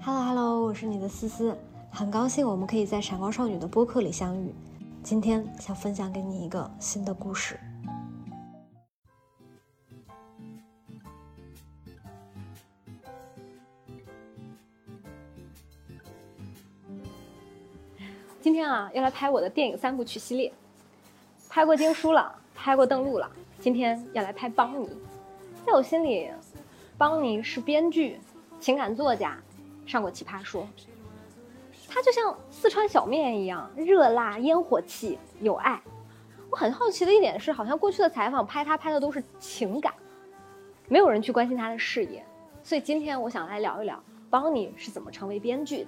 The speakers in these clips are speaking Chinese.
Hello， 我是你的思思，很高兴我们可以在闪光少女的播客里相遇。今天想分享给你一个新的故事。 今天要来拍我的电影3部曲系列，拍过经书了，拍过邓路了，今天要来拍邦尼。在我心里，邦尼是编剧、情感作家，上过奇葩说。他就像四川小面一样，热辣、烟火气、有爱。我很好奇的一点是，好像过去的采访拍他拍的都是情感，没有人去关心他的事业。所以今天我想来聊一聊邦尼是怎么成为编剧的。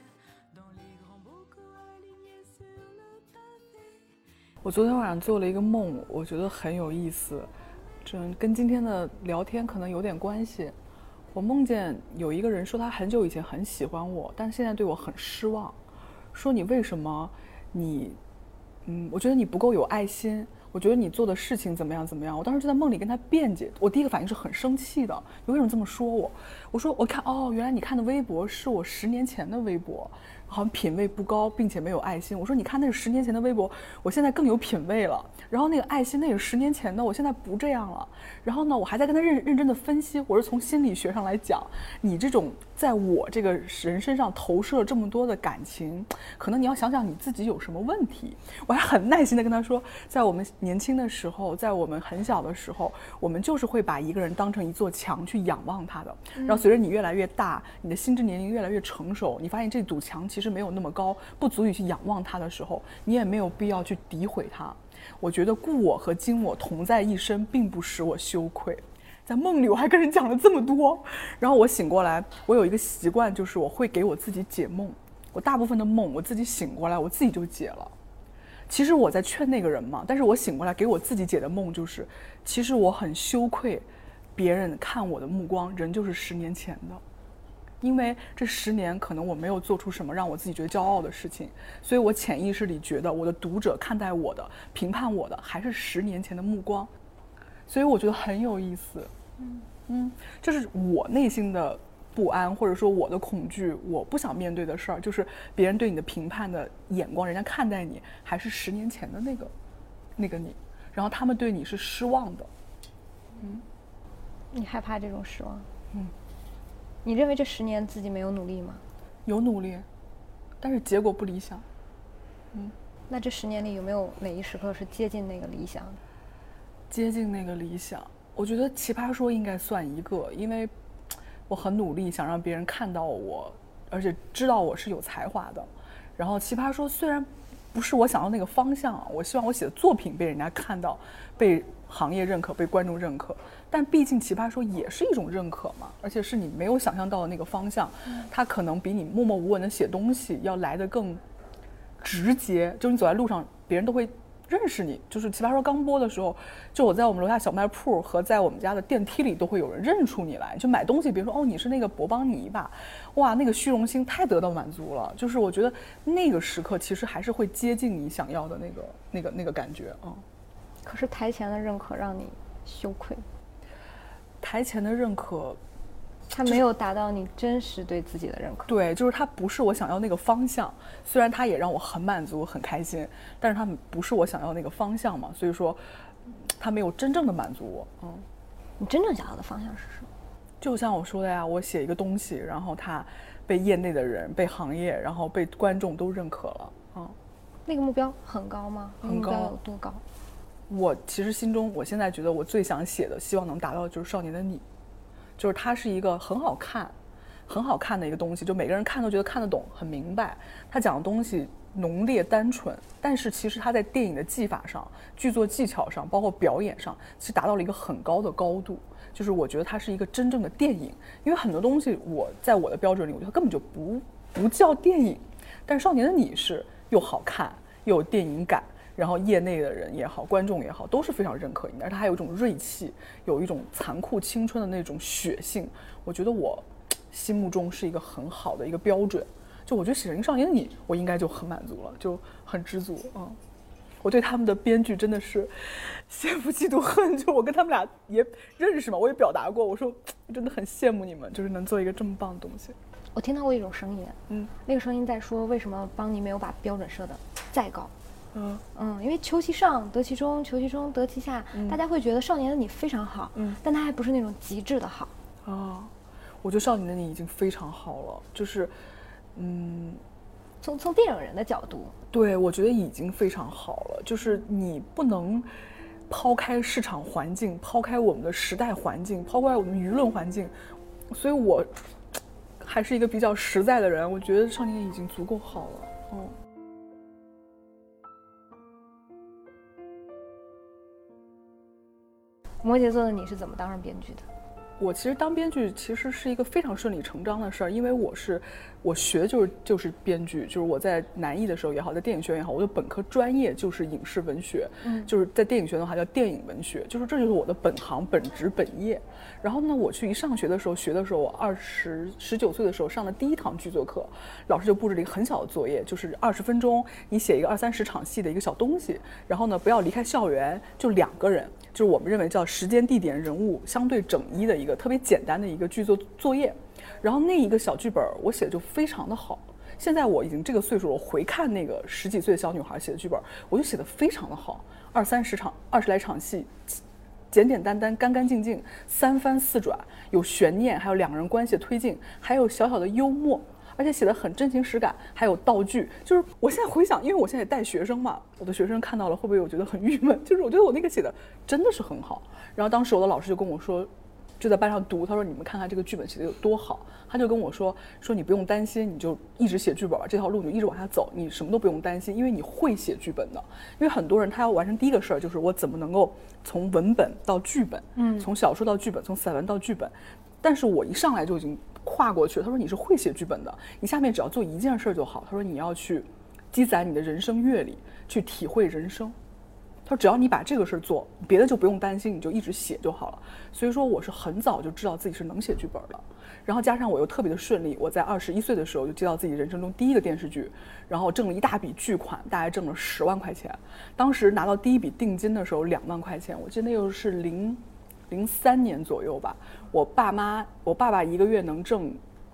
我昨天晚上做了一个梦，我觉得很有意思，这跟今天的聊天可能有点关系。我梦见有一个人说他很久以前很喜欢我，但现在对我很失望，说你为什么我觉得你不够有爱心，我觉得你做的事情怎么样怎么样。我当时就在梦里跟他辩解，我第一个反应是很生气的，你为什么这么说我？我说我看原来你看的微博是我10年前的微博，好像品味不高，并且没有爱心。我说你看那是10年前的微博，我现在更有品味了。然后那个爱心那也是10年前的，我现在不这样了。然后呢，我还在跟他认真的分析，我是从心理学上来讲，你这种在我这个人身上投射了这么多的感情，可能你要想想你自己有什么问题。我还很耐心的跟他说，在我们年轻的时候，在我们很小的时候，我们就是会把一个人当成一座墙去仰望他的。然后随着你越来越大，你的心智年龄越来越成熟，你发现这堵墙其实没有那么高，不足以去仰望他的时候，你也没有必要去诋毁他。我觉得故我和今我同在一身，并不使我羞愧。在梦里我还跟人讲了这么多，然后我醒过来，我有一个习惯，就是我会给我自己解梦。我大部分的梦我自己醒过来我自己就解了。其实我在劝那个人嘛，但是我醒过来给我自己解的梦就是，其实我很羞愧别人看我的目光仍旧是10年前的，因为这10年可能我没有做出什么让我自己觉得骄傲的事情，所以我潜意识里觉得我的读者看待我的、评判我的还是10年前的目光，所以我觉得很有意思。这是我内心的不安，或者说我的恐惧，我不想面对的事儿，就是别人对你的评判的眼光，人家看待你还是10年前的那个你，然后他们对你是失望的。 你害怕这种失望？你认为这10年自己没有努力吗？ 有努力，但是结果不理想。 那这10年里有没有哪一时刻是接近那个理想的？ 接近那个理想，我觉得奇葩说应该算一个，因为我很努力想让别人看到我，而且知道我是有才华的。然后奇葩说虽然不是我想要那个方向，我希望我写的作品被人家看到，被行业认可，被观众认可，但毕竟奇葩说也是一种认可嘛，而且是你没有想象到的那个方向，它可能比你默默无闻的写东西要来得更直接，就是你走在路上别人都会认识你。就是奇葩说刚播的时候，就我在我们楼下小卖铺和在我们家的电梯里都会有人认出你来，就买东西别人说你是那个博邦尼吧，哇，那个虚荣心太得到满足了。就是我觉得那个时刻其实还是会接近你想要的那个感觉。 可是台前的认可让你羞愧。 台前的认可他没有达到你真实对自己的认可。 对，就是他不是我想要那个方向，虽然他也让我很满足很开心，但是他不是我想要那个方向嘛，所以说他没有真正的满足我。 你真正想要的方向是什么？ 就像我说的呀，我写一个东西，然后他被业内的人、被行业，然后被观众都认可了。 那个目标很高吗？ 很高。 目标有多高？ 我其实心中，我现在觉得我最想写的，希望能达到的就是《少年的你》，就是它是一个很好看的一个东西，就每个人看都觉得看得懂，很明白。他讲的东西浓烈单纯，但是其实他在电影的技法上、剧作技巧上，包括表演上，其实达到了一个很高的高度。就是我觉得它是一个真正的电影，因为很多东西在我的标准里，我觉得它根本就不叫电影。但是《少年的你》是又好看又有电影感。然后业内的人也好，观众也好，都是非常认可你，而它还有一种锐气，有一种残酷青春的那种血性。我觉得我心目中是一个很好的一个标准。就我觉得写成《少年的你》，我应该就很满足了，就很知足。 我对他们的编剧真的是羡慕嫉妒恨，就我跟他们俩也认识嘛，我也表达过，我说我真的很羡慕你们，就是能做一个这么棒的东西。 我听到过一种声音，那个声音在说，为什么邦尼没有把标准设得再高？因为求其上得其中，求其中得其下，大家会觉得少年的你非常好，但他还不是那种极致的好。 我觉得少年的你已经非常好了，就是， 从电影人的角度， 对，我觉得已经非常好了。就是你不能抛开市场环境，抛开我们的时代环境，抛开我们舆论环境，所以我还是一个比较实在的人。我觉得少年已经足够好了。 摩羯座的你是怎么当上编剧的？ 我其实当编剧其实是一个非常顺理成章的事儿，因为我学的就是编剧，就是我在南艺的时候也好，在电影学院也好，我的本科专业就是影视文学，就是在电影学院的话叫电影文学，这就是我的本行本职本业。然后呢，我去上学的时候，我19岁的时候上了第一堂剧作课，老师就布置了一个很小的作业，就是20分钟你写一个20-30场戏的一个小东西，然后呢不要离开校园，就2个人，就是我们认为叫时间地点人物相对整一的一个特别简单的一个剧作业。然后那一个小剧本我写的就非常的好，现在我已经这个岁数了，我回看那个10几岁的小女孩写的剧本，我就写的非常的好，20来场戏，简简单单干干净净，3翻4转，有悬念，还有2个人关系的推进，还有小小的幽默，而且写得很真情实感，还有道具。就是我现在回想，因为我现在也带学生嘛，我的学生看到了会不会我觉得很郁闷，就是我觉得我那个写的真的是很好。然后当时我的老师就跟我说，就在班上读，他说你们看看这个剧本写的有多好，他就跟我说你不用担心，你就一直写剧本吧，这条路你就一直往下走，你什么都不用担心，因为你会写剧本的。因为很多人他要完成第一个事儿，就是我怎么能够从文本到剧本，从小说到剧本，从散文到剧本。但是我一上来就已经跨过去了，他说你是会写剧本的，你下面只要做一件事就好。他说你要去积攒你的人生阅历，去体会人生。他说只要你把这个事做，别的就不用担心，你就一直写就好了。所以说我是很早就知道自己是能写剧本的，然后加上我又特别的顺利，我在21岁的时候就接到自己人生中第一个电视剧，然后挣了一大笔巨款，大概挣了10万块钱。当时拿到第一笔定金的时候2万块钱，我记得那又是03年左右吧。我爸爸一个月能挣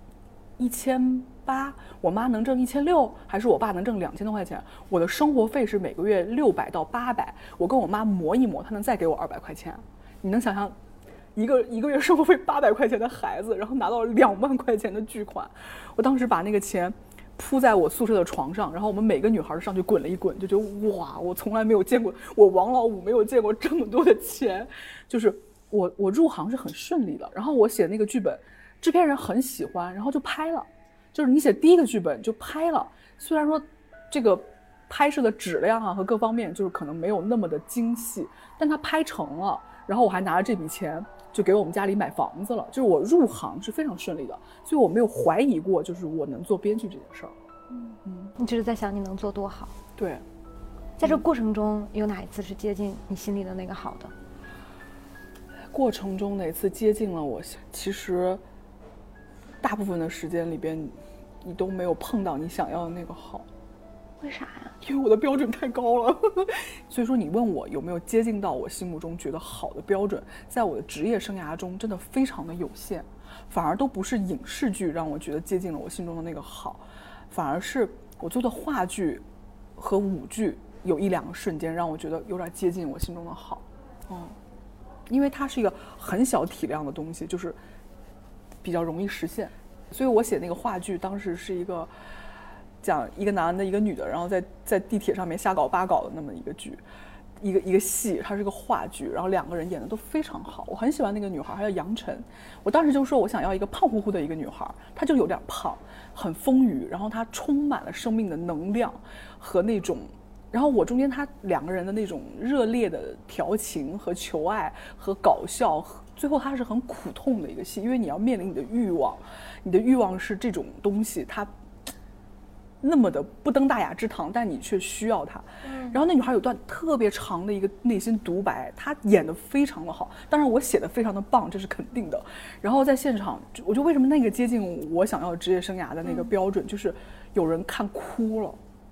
1800，我妈能挣1600，还是我爸能挣2000多块钱。我的生活费是每个月600到800，我跟我妈磨一磨，她能再给我200块钱。你能想象一个月生活费800块钱的孩子，然后拿到了2万块钱的巨款？我当时把那个钱铺在我宿舍的床上，然后我们每个女孩上去滚了一滚，就觉得哇，我从来没有见过，我王老五没有见过这么多的钱。就是我入行是很顺利的，然后我写那个剧本，制片人很喜欢，然后就拍了。就是你写第一个剧本就拍了，虽然说这个拍摄的质量啊和各方面就是可能没有那么的精细，但它拍成了，然后我还拿着这笔钱就给我们家里买房子了。就是我入行是非常顺利的，所以我没有怀疑过就是我能做编剧这件事儿。 你只是在想你能做多好。 对， 在这过程中有哪一次是接近你心里的那个好的？ 过程中哪次接近了我，其实大部分的时间里边你都没有碰到你想要的那个好。 为啥呀？ 因为我的标准太高了。所以说你问我有没有接近到我心目中觉得好的标准，在我的职业生涯中真的非常的有限，反而都不是影视剧让我觉得接近了我心中的那个好，反而是我做的话剧和舞剧有1-2个瞬间让我觉得有点接近我心中的好。因为它是一个很小体量的东西，就是比较容易实现。所以我写那个话剧当时是一个讲一个男的一个女的，然后在地铁上面瞎搞八搞的那么一个剧，一个戏，它是个话剧，然后2个人演的都非常好。我很喜欢那个女孩，她叫杨晨。我当时就说我想要一个胖乎乎的一个女孩，她就有点胖，很丰腴，然后她充满了生命的能量和那种，然后我中间他2个人的那种热烈的调情和求爱和搞笑，最后它是很苦痛的一个戏，因为你要面临你的欲望，你的欲望是这种东西，它那么的不登大雅之堂，但你却需要它。然后那女孩有段特别长的一个内心独白，她演得非常的好，当然我写得非常的棒，这是肯定的。然后在现场，我就为什么那个接近我想要职业生涯的那个标准，就是有人看哭了。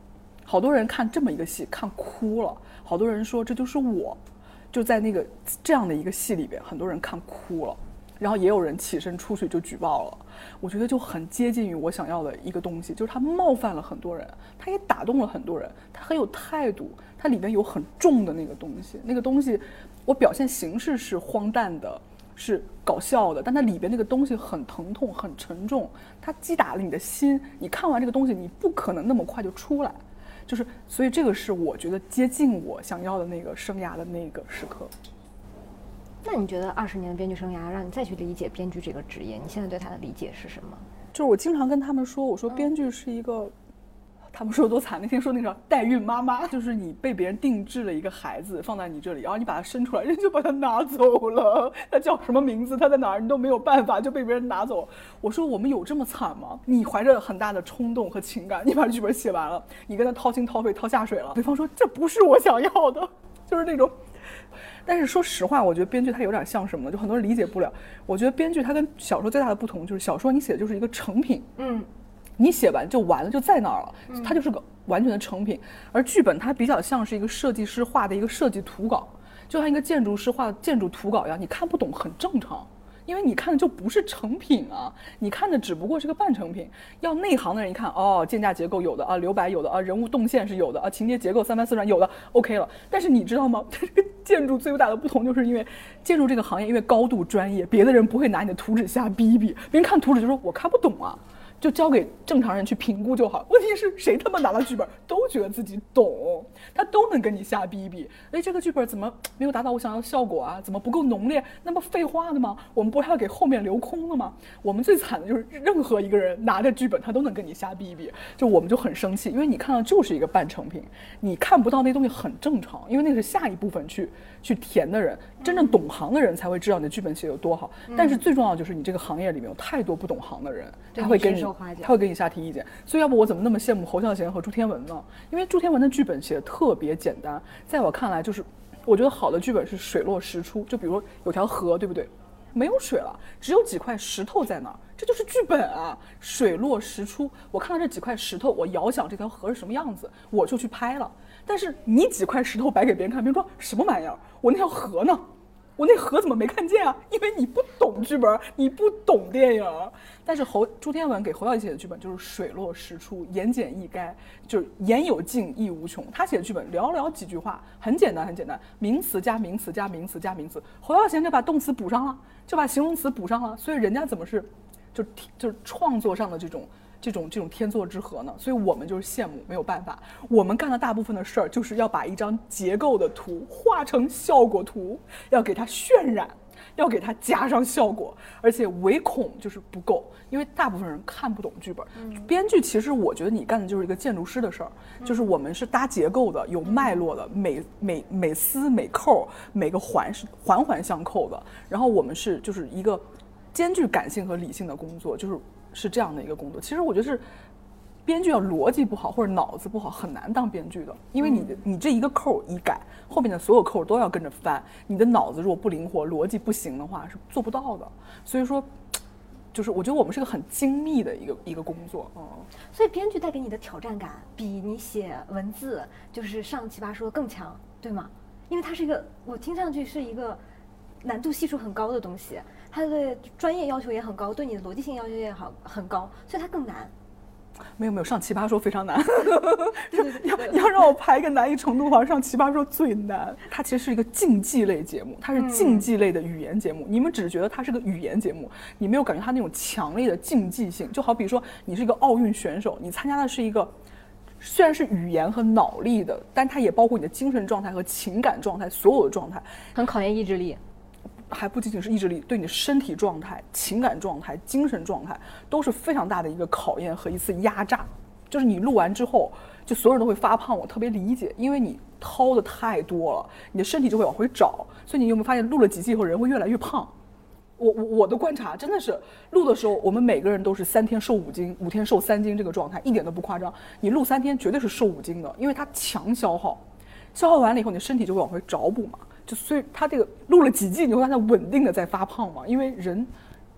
好多人看这么一个戏看哭了，好多人说这就是我，就在那个这样的一个戏里边，很多人看哭了，然后也有人起身出去就举报了。我觉得就很接近于我想要的一个东西，就是他冒犯了很多人，他也打动了很多人，他很有态度，他里面有很重的那个东西，那个东西我表现形式是荒诞的，是搞笑的，但它里边那个东西很疼痛很沉重，它击打了你的心，你看完这个东西你不可能那么快就出来，就是所以这个是我觉得接近我想要的那个生涯的那个时刻。 那你觉得20年的编剧生涯让你再去理解编剧这个职业，你现在对他的理解是什么？ 就是我经常跟他们说，我说编剧是一个他们说多惨，那天说那个代孕妈妈，就是你被别人定制了一个孩子放在你这里，然后你把他生出来，人就把他拿走了，他叫什么名字，他在哪儿，你都没有办法，就被别人拿走。我说我们有这么惨吗？你怀着很大的冲动和情感，你把剧本写完了，你跟他掏心掏肺掏下水了，对方说这不是我想要的，就是那种。但是说实话，我觉得编剧它有点像什么呢？就很多人理解不了。我觉得编剧它跟小说最大的不同就是，小说你写的就是一个成品，你写完就完了，就在那儿了，它就是个完全的成品。而剧本它比较像是一个设计师画的一个设计图稿，就像一个建筑师画的建筑图稿一样，你看不懂很正常。因为你看的就不是成品啊，你看的只不过是个半成品。要内行的人一看，哦，建架结构有的啊，留白有的啊，人物动线是有的啊，情节结构三番四转有的 ，OK 了。但是你知道吗？这个建筑最大的不同就是因为建筑这个行业因为高度专业，别的人不会拿你的图纸瞎逼逼，别人看图纸就说我看不懂啊。就交给正常人去评估就好。问题是谁他妈拿到剧本都觉得自己懂，他都能跟你瞎逼逼。哎，这个剧本怎么没有达到我想要的效果啊？怎么不够浓烈？那么废话的吗？我们不是还要给后面留空的吗？我们最惨的就是任何一个人拿着剧本，他都能跟你瞎逼逼。就我们就很生气，因为你看到就是一个半成品，你看不到那东西很正常，因为那个是下一部分去填的人，真正懂行的人才会知道你的剧本写有多好。但是最重要的就是你这个行业里面有太多不懂行的人，他会给你瞎提意见。所以要不我怎么那么羡慕侯孝贤和朱天文呢？因为朱天文的剧本写的特别简单，在我看来就是我觉得好的剧本是水落石出。就比如有条河，对不对？没有水了，只有几块石头在那儿，这就是剧本啊，水落石出。我看到这几块石头，我遥想这条河是什么样子，我就去拍了。但是你几块石头摆给别人看，别人说什么玩意儿？我那条河呢？我那河怎么没看见啊？因为你不懂剧本，你不懂电影。但是朱天文给侯孝贤写的剧本就是水落石出，言简意赅，就是言有尽意无穷。他写的剧本寥寥几句话，很简单很简单，名词加名词加名词加名词。侯孝贤就把动词补上了，就把形容词补上了。所以人家怎么是就是创作上的这种天作之合呢？所以我们就是羡慕，没有办法。我们干的大部分的事儿就是要把一张结构的图画成效果图，要给它渲染，要给它加上效果，而且唯恐就是不够，因为大部分人看不懂剧本。编剧其实我觉得你干的就是一个建筑师的事儿，就是我们是搭结构的，有脉络的，每丝每扣每个环是环环相扣的。然后我们是就是一个兼具感性和理性的工作，是这样的一个工作。其实我觉得是编剧要逻辑不好或者脑子不好很难当编剧的，因为你这一个扣一改，后面的所有扣都要跟着翻，你的脑子如果不灵活，逻辑不行的话是做不到的。所以说就是我觉得我们是个很精密的一个工作。 所以编剧带给你的挑战感比你写文字就是上奇葩说更强，对吗？因为它是一个我听上去是一个难度系数很高的东西，它的专业要求也很高，对你的逻辑性要求也很高，所以它更难。 没有上奇葩说非常难要让我排一个难易程度的话，上奇葩说最难。它其实是一个竞技类节目，它是竞技类的语言节目。你们只是觉得它是个语言节目，你没有感觉它那种强烈的竞技性。就好比说你是一个奥运选手，你参加的是一个虽然是语言和脑力的，但它也包括你的精神状态和情感状态，所有的状态很考验意志力。 还不仅仅是意志力，对你的身体状态、情感状态、精神状态都是非常大的一个考验和一次压榨。就是你录完之后，就所有人都会发胖，我特别理解，因为你掏的太多了，你的身体就会往回找。所以你有没有发现，录了几季以后人会越来越胖？我的观察真的是，录的时候我们每个人都是3天瘦5斤，5天瘦3斤这个状态，一点都不夸张。你录3天绝对是瘦5斤的，因为它强消耗，消耗完了以后，你的身体就会往回找补嘛。就所以他这个录了几季，你会发现稳定的在发胖嘛，因为人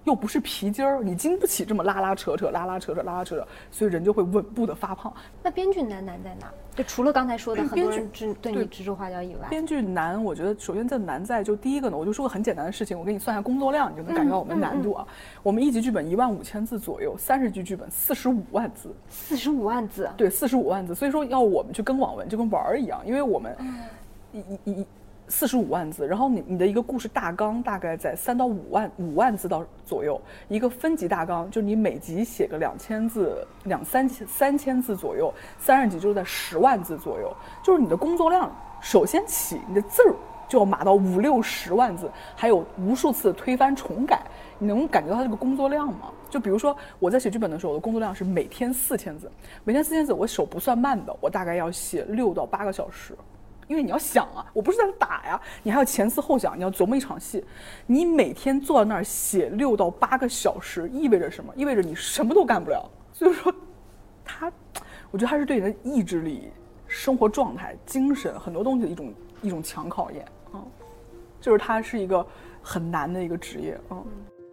又不是皮筋儿，你经不起这么拉拉扯扯，所以人就会稳步的发胖。 那编剧难在哪？就除了刚才说的很多人对你指手画脚以外， 编剧难，我觉得首先这难在就第一个呢，我就说个很简单的事情，我给你算一下工作量，你就能感觉到我们难度啊。我们1集剧本15000字左右，30句剧本45万字 ，45万字， 对，45万字。所以说要我们去跟网文就跟玩儿一样，因为我们45万字，然后你的一个故事大纲大概在3到5万字到左右，一个分级大纲就你每集写个2000字3000字左右，30集就是在10万字左右，就是你的工作量首先起，你的字儿就要码到5、6、10万字，还有无数次推翻重改，你能感觉到它这个工作量吗？就比如说我在写剧本的时候，我的工作量是每天4000字，每天4000字，我手不算慢的，我大概要写6到8个小时。因为你要想啊，我不是在那打呀，你还有前思后想，你要琢磨一场戏，你每天坐在那儿写6到8个小时，意味着什么？意味着你什么都干不了。所以说，我觉得它是对你的意志力、生活状态、精神很多东西的一种强考验啊，就是它是一个很难的一个职业啊。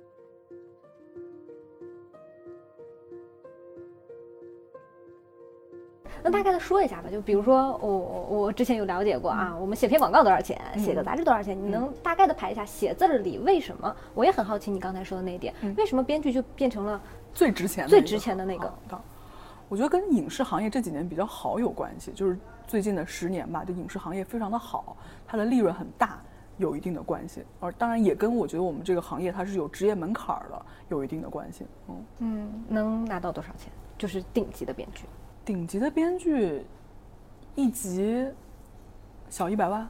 那大概的说一下吧，就比如说我之前有了解过啊，我们写篇广告多少钱，写个杂志多少钱，你能大概的排一下写字里为什么？我也很好奇你刚才说的那一点，为什么编剧就变成了最值钱的那个？我觉得跟影视行业这几年比较好有关系，就是最近的10年吧，这影视行业非常的好，它的利润很大，有一定的关系。而当然也跟我觉得我们这个行业它是有职业门槛的，有一定的关系。 能拿到多少钱？就是顶级的编剧。 顶级的编剧1集小100万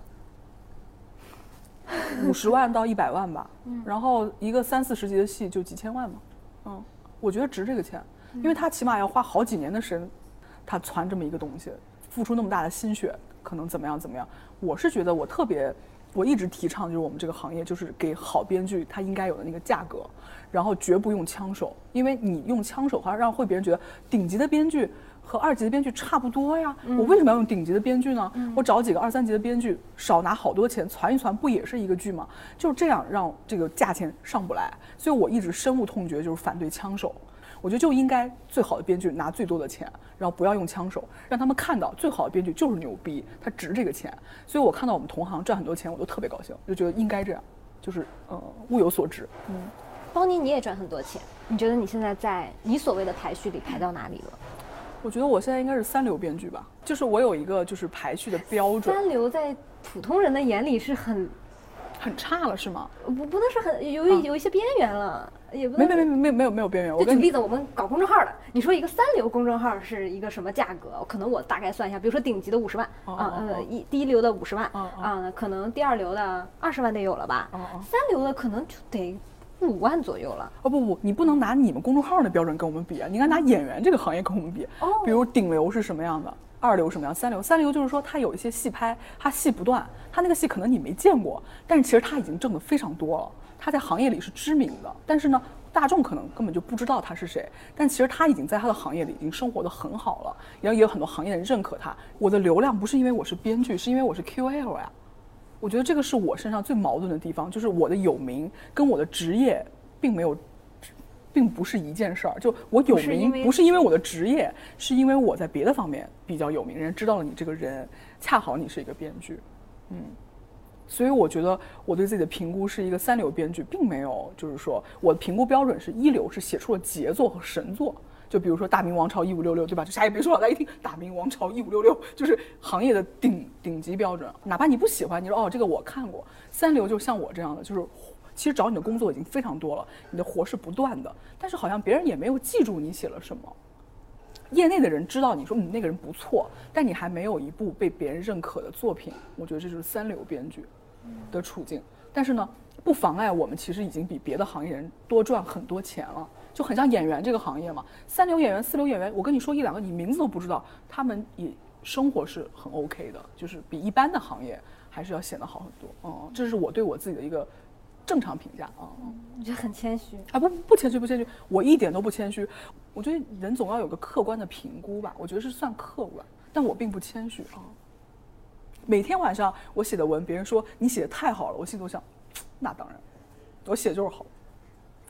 ，50万到100万吧。然后一个30、40集的戏就几千万嘛。我觉得值这个钱，因为他起码要花好几年的时间，他传这么一个东西，付出那么大的心血，可能怎么样。我是觉得我一直提倡就是我们这个行业就是给好编剧他应该有的那个价格，然后绝不用枪手，因为你用枪手好像会别人觉得顶级的编剧和2级的编剧差不多呀，我为什么要用顶级的编剧呢？我找几个2、3级的编剧，少拿好多钱，传一传不也是一个剧吗？就是这样让这个价钱上不来，所以我一直深恶痛绝，就是反对枪手。我觉得就应该最好的编剧拿最多的钱，然后不要用枪手，让他们看到最好的编剧就是牛逼，他值这个钱。所以我看到我们同行赚很多钱，我都特别高兴，就觉得应该这样，就是物有所值。 邦尼，你也赚很多钱，你觉得你现在在你所谓的排序里排到哪里了？ 我觉得我现在应该是3流编剧吧，就是我有一个就是排序的标准。 3流在普通人的眼里是很差了是吗？ 不能是很有一些边缘了，也不能没有边缘。 就举例子，我们搞公众号的，你说一个3流公众号是一个什么价格？可能我大概算一下，比如说顶级的50万第一流的50万可能第2流的20万得有了吧？3流的可能就得5万左右了。 不，你不能拿你们公众号的标准跟我们比啊，你应该拿演员这个行业跟我们比。比如顶流是什么样的，2流什么样，3流就是说他有一些戏拍，他戏不断，他那个戏可能你没见过，但是其实他已经挣得非常多了，他在行业里是知名的，但是呢大众可能根本就不知道他是谁，但其实他已经在他的行业里已经生活得很好了，也有很多行业人认可他。我的流量不是因为我是编剧，是因为我是 QL 呀。我觉得这个是我身上最矛盾的地方，就是我的有名跟我的职业并不是一件事儿。就我有名不是因为我的职业，是因为我在别的方面比较有名，人知道了你这个人，恰好你是一个编剧。所以我觉得我对自己的评估是一个3流编剧，并没有就是说我的评估标准是1流，是写出了杰作和神作。就比如说《大明王朝1566》，对吧？就啥也别说了，大家一听《大明王朝1566》就是行业的顶级标准。哪怕你不喜欢，你说这个我看过。3流就像我这样的，就是其实找你的工作已经非常多了，你的活是不断的，但是好像别人也没有记住你写了什么。业内的人知道你说那个人不错，但你还没有一部被别人认可的作品。我觉得这就是3流编剧的处境。但是呢，不妨碍我们其实已经比别的行业人多赚很多钱了。就很像演员这个行业嘛，3流演员、4流演员，我跟你说1、2个你名字都不知道，他们也生活是很 OK 的，就是比一般的行业还是要显得好很多。这是我对我自己的一个正常评价啊。 我觉得很谦虚啊，不谦虚，我一点都不谦虚。我觉得人总要有个客观的评估吧，我觉得是算客观，但我并不谦虚啊。每天晚上我写的文，别人说你写的太好了，我心里都想，那当然，我写的就是好。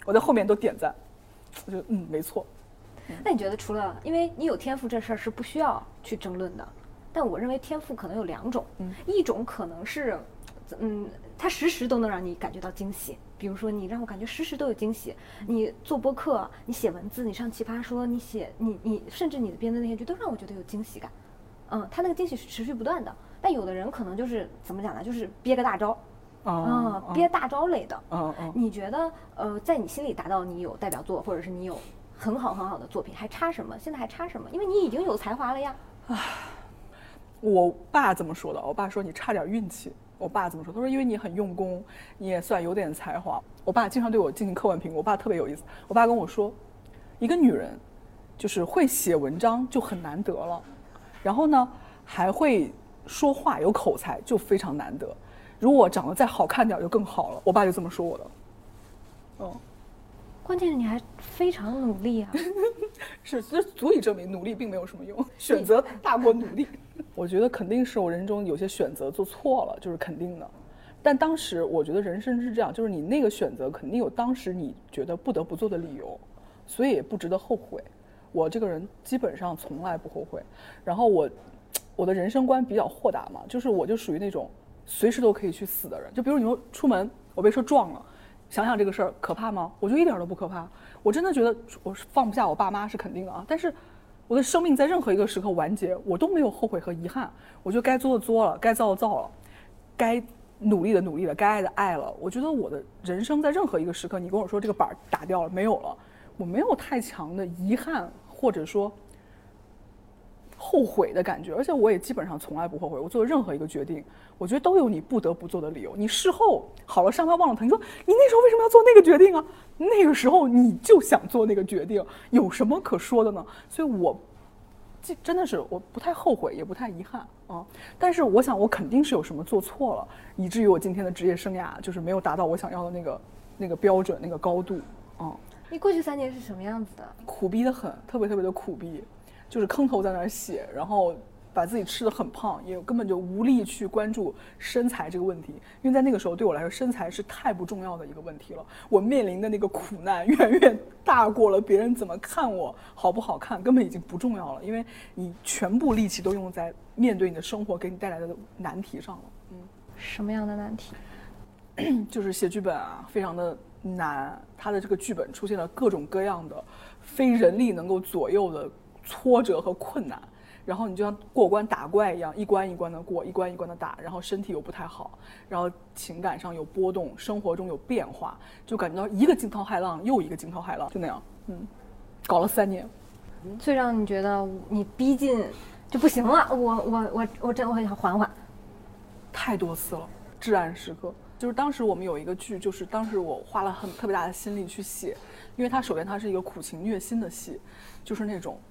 我在后面都点赞，我觉得没错。 那你觉得除了因为你有天赋这事儿是不需要去争论的，但我认为天赋可能有2种，一种可能是，它时时都能让你感觉到惊喜。比如说你让我感觉时时都有惊喜，你做播客，你写文字，你上奇葩说，你甚至你的编的那些剧都让我觉得有惊喜感。他那个惊喜是持续不断的。但有的人可能就是怎么讲呢，就是憋个大招，憋大招类的。你觉得在你心里达到你有代表作，或者是你有很好的作品，还差什么？现在还差什么？因为你已经有才华了呀。 我爸这么说的，我爸说你差点运气。我爸怎么说？他说因为你很用功，你也算有点才华。我爸经常对我进行客观评估。我爸特别有意思，我爸跟我说，一个女人就是会写文章就很难得了，然后呢还会说话有口才就非常难得，如果长得再好看点就更好了。我爸就这么说我的。 关键是你还非常努力啊。 是，这足以证明努力并没有什么用，选择大过努力。我觉得肯定是我人生中有些选择做错了，就是肯定的。但当时我觉得人生是这样，就是你那个选择肯定有当时你觉得不得不做的理由，所以也不值得后悔。我这个人基本上从来不后悔。然后我的人生观比较豁达嘛，就是我就属于那种随时都可以去死的人。就比如你说出门我被车撞了，想想这个事儿可怕吗？我就一点都不可怕。我真的觉得我放不下我爸妈是肯定的啊，但是我的生命在任何一个时刻完结，我都没有后悔和遗憾。我觉得该做的做了，该造的造了，该努力的努力了，该爱的爱了。我觉得我的人生在任何一个时刻，你跟我说这个板打掉了没有了，我没有太强的遗憾或者说后悔的感觉，而且我也基本上从来不后悔。我做的任何一个决定，我觉得都有你不得不做的理由。你事后好了伤疤忘了疼，你说你那时候为什么要做那个决定啊？那个时候你就想做那个决定，有什么可说的呢？所以我真的是我不太后悔，也不太遗憾啊。但是我想我肯定是有什么做错了，以至于我今天的职业生涯就是没有达到我想要的那个标准那个高度啊。 你过去3年是什么样子的？ 苦逼的很，特别的苦逼。就是坑头在那儿写，然后把自己吃得很胖，也根本就无力去关注身材这个问题，因为在那个时候对我来说身材是太不重要的一个问题了。我面临的那个苦难远远大过了别人怎么看我好不好看，根本已经不重要了，因为你全部力气都用在面对你的生活给你带来的难题上了。 什么样的难题？ 就是写剧本啊，非常的难，它的这个剧本出现了各种各样的非人力能够左右的挫折和困难，然后你就像过关打怪一样，一关一关的过，一关一关的打，然后身体又不太好，然后情感上有波动，生活中有变化，就感觉到一个惊涛骇浪又一个惊涛骇浪，就那样。搞了3年。 最让你觉得你逼近就不行了，我真的很想缓缓。 太多次了，至暗时刻。就是当时我们有一个剧，就是当时我花了特别大的心力去写，因为它首先它是一个苦情虐心的戏，就是那种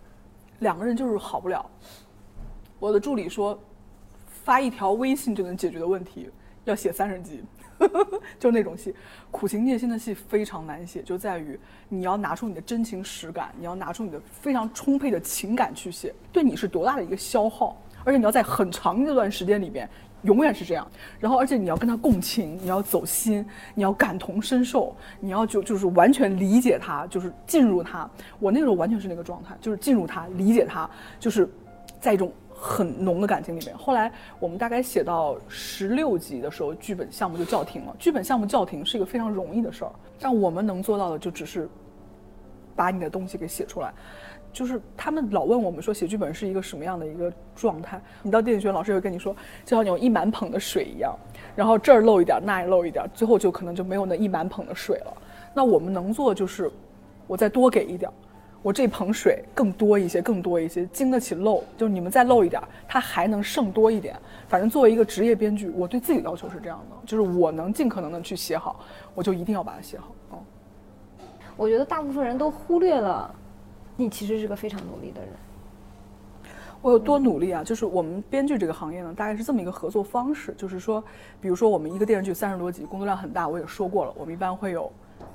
2个人就是好不了。我的助理说，发一条微信就能解决的问题，要写30集，就那种戏。苦情虐心的戏非常难写，就在于你要拿出你的真情实感，你要拿出你的非常充沛的情感去写，对你是多大的一个消耗，而且你要在很长一段时间里边永远是这样，然后而且你要跟他共情，你要走心，你要感同身受，你要就是完全理解他，就是进入他。我那个时候完全是那个状态，就是进入他，理解他，就是在一种很浓的感情里面。后来我们大概写到16集的时候，剧本项目就叫停了。剧本项目叫停是一个非常容易的事儿，但我们能做到的就只是把你的东西给写出来。就是他们老问我们说写剧本是一个什么样的一个状态，你到电影学院老师会跟你说，就像你有一满捧的水一样，然后这儿漏一点那儿漏一点，最后就可能就没有那一满捧的水了。那我们能做就是我再多给一点，我这盆水更多一些更多一些，经得起漏，就是你们再漏一点它还能剩多一点。反正作为一个职业编剧，我对自己的要求是这样的，就是我能尽可能的去写好，我就一定要把它写好。 我觉得大部分人都忽略了你其实是个非常努力的人。 我有多努力啊？就是我们编剧这个行业呢，大概是这么一个合作方式，就是说，比如说我们一个电视剧30多集，工作量很大，我也说过了，我们一般会有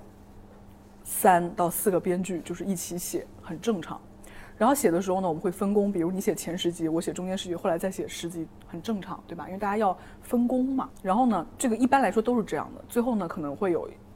3到4个编剧，就是一起写，很正常。然后写的时候呢，我们会分工，比如你写前10集，我写中间10集，后来再写10集，很正常，对吧？因为大家要分工嘛。然后呢，这个一般来说都是这样的。最后呢，可能会有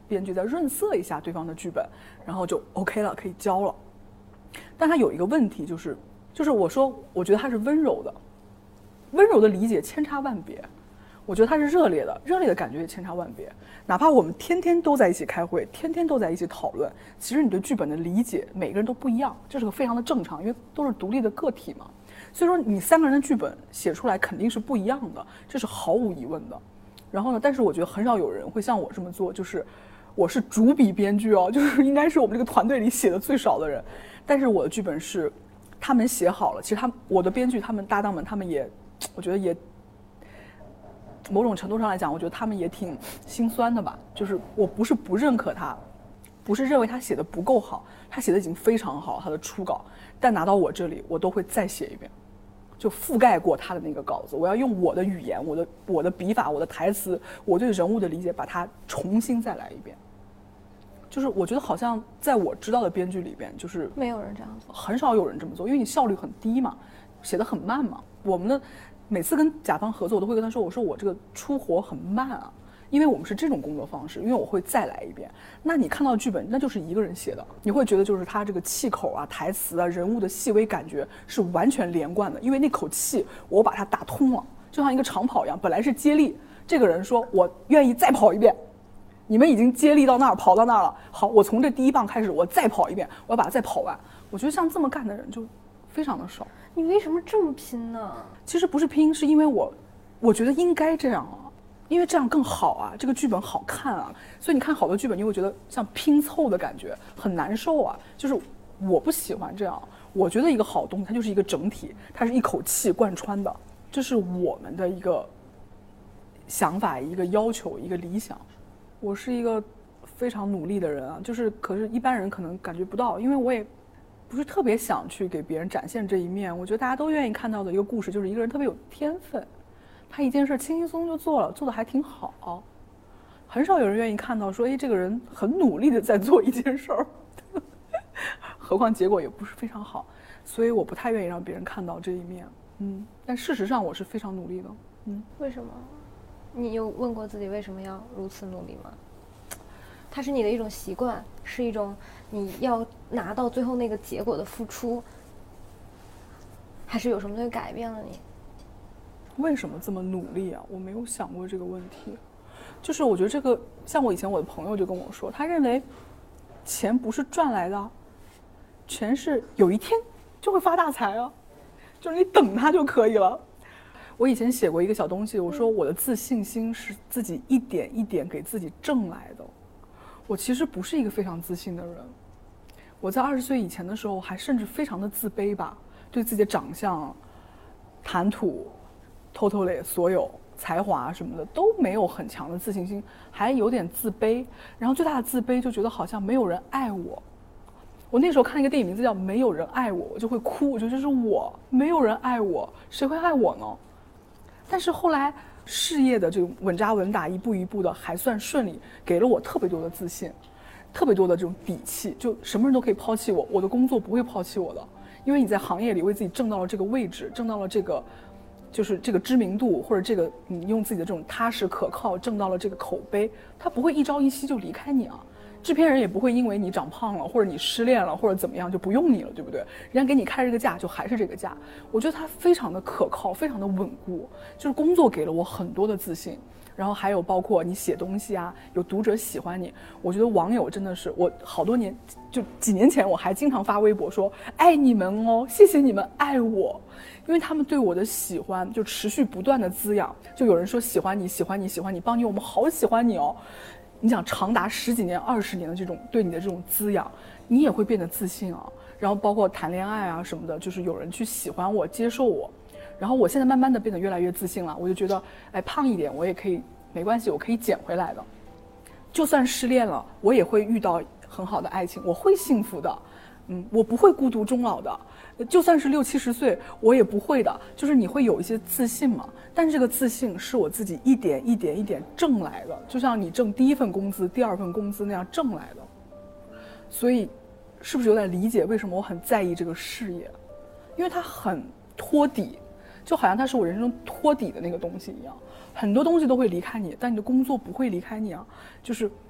编剧再润色一下对方的剧本，然后就 OK 了，可以交了。但他有一个问题，就是我说我觉得他是温柔的，温柔的理解千差万别。我觉得他是热烈的，热烈的感觉也千差万别。哪怕我们天天都在一起开会，天天都在一起讨论，其实你对剧本的理解每个人都不一样，这是个非常的正常，因为都是独立的个体嘛。所以说你3个人的剧本写出来肯定是不一样的，这是毫无疑问的。然后呢，但是我觉得很少有人会像我这么做，就是我是主笔编剧哦，就是应该是我们这个团队里写的最少的人，但是我的剧本是他们写好了。其实我的编剧他们搭档们，他们也我觉得也某种程度上来讲，我觉得他们也挺心酸的吧。就是我不是不认可他，不是认为他写的不够好，他写的已经非常好，他的初稿，但拿到我这里，我都会再写一遍，就覆盖过他的那个稿子。我要用我的语言，我的笔法，我的台词，我对人物的理解，把它重新再来一遍。就是我觉得好像在我知道的编剧里边，就是没有人这样做， 很少有人这么做，因为你效率很低嘛，写得很慢嘛。我们的每次跟甲方合作，我都会跟他说，我说我这个出活很慢啊，因为我们是这种工作方式，因为我会再来一遍。那你看到剧本，那就是一个人写的，你会觉得就是他这个气口啊、台词啊、人物的细微感觉是完全连贯的，因为那口气我把它打通了，就像一个长跑一样，本来是接力，这个人说我愿意再跑一遍。你们已经接力到那儿，跑到那儿了。好，我从这第一棒开始，我再跑一遍，我要把它再跑完。我觉得像这么干的人就非常的少。 你为什么这么拼呢？ 其实不是拼，是因为我觉得应该这样啊，因为这样更好啊，这个剧本好看啊。所以你看好多剧本，你会觉得像拼凑的感觉，很难受啊。就是我不喜欢这样，我觉得一个好东西，它就是一个整体，它是一口气贯穿的，这是我们的一个想法、一个要求、一个理想。我是一个非常努力的人啊，可是一般人可能感觉不到，因为我也不是特别想去给别人展现这一面。我觉得大家都愿意看到的一个故事，就是一个人特别有天分，他一件事轻轻松松就做了，做得还挺好。很少有人愿意看到说，哎，这个人很努力的在做一件事儿，何况结果也不是非常好，所以我不太愿意让别人看到这一面。但事实上我是非常努力的。 为什么？你有问过自己为什么要如此努力吗？它是你的一种习惯，是一种你要拿到最后那个结果的付出，还是有什么东西改变了你？ 为什么这么努力啊？我没有想过这个问题。就是我觉得这个，像我以前我的朋友就跟我说，他认为钱不是赚来的，钱是有一天就会发大财啊，就是你等它就可以了。我以前写过一个小东西，我说我的自信心是自己一点一点给自己挣来的。我其实不是一个非常自信的人，我在20岁以前的时候还甚至非常的自卑吧，对自己的长相、谈吐、totally 所有才华什么的都没有很强的自信心，还有点自卑。然后最大的自卑就觉得好像没有人爱我。我那时候看一个电影名字叫《没有人爱我》，我就会哭，我觉得这是我，没有人爱我，谁会爱我呢？但是后来事业的这种稳扎稳打，一步一步的还算顺利，给了我特别多的自信，特别多的这种底气，就什么人都可以抛弃我，我的工作不会抛弃我的，因为你在行业里为自己挣到了这个位置，挣到了这个就是这个知名度，或者这个你用自己的这种踏实可靠挣到了这个口碑，他不会一朝一夕就离开你啊。制片人也不会因为你长胖了或者你失恋了或者怎么样就不用你了，对不对？人家给你开这个价就还是这个价。我觉得他非常的可靠，非常的稳固，就是工作给了我很多的自信。然后还有包括你写东西啊，有读者喜欢你，我觉得网友真的是，我好多年就几年前我还经常发微博说爱你们哦，谢谢你们爱我，因为他们对我的喜欢就持续不断的滋养。就有人说喜欢你喜欢你喜欢你，帮你我们好喜欢你哦。你想长达10几年20年的这种对你的这种滋养，你也会变得自信啊。然后包括谈恋爱啊什么的，就是有人去喜欢我接受我，然后我现在慢慢的变得越来越自信了。我就觉得哎，胖一点我也可以，没关系，我可以减回来的。就算失恋了我也会遇到很好的爱情，我会幸福的。我不会孤独终老的，就算是60、70岁我也不会的。就是你会有一些自信嘛，但是这个自信是我自己一点一点一点挣来的，就像你挣第一份工资第二份工资那样挣来的。所以是不是有点理解为什么我很在意这个事业？因为它很托底，就好像它是我人生中托底的那个东西一样，很多东西都会离开你，但你的工作不会离开你啊。就是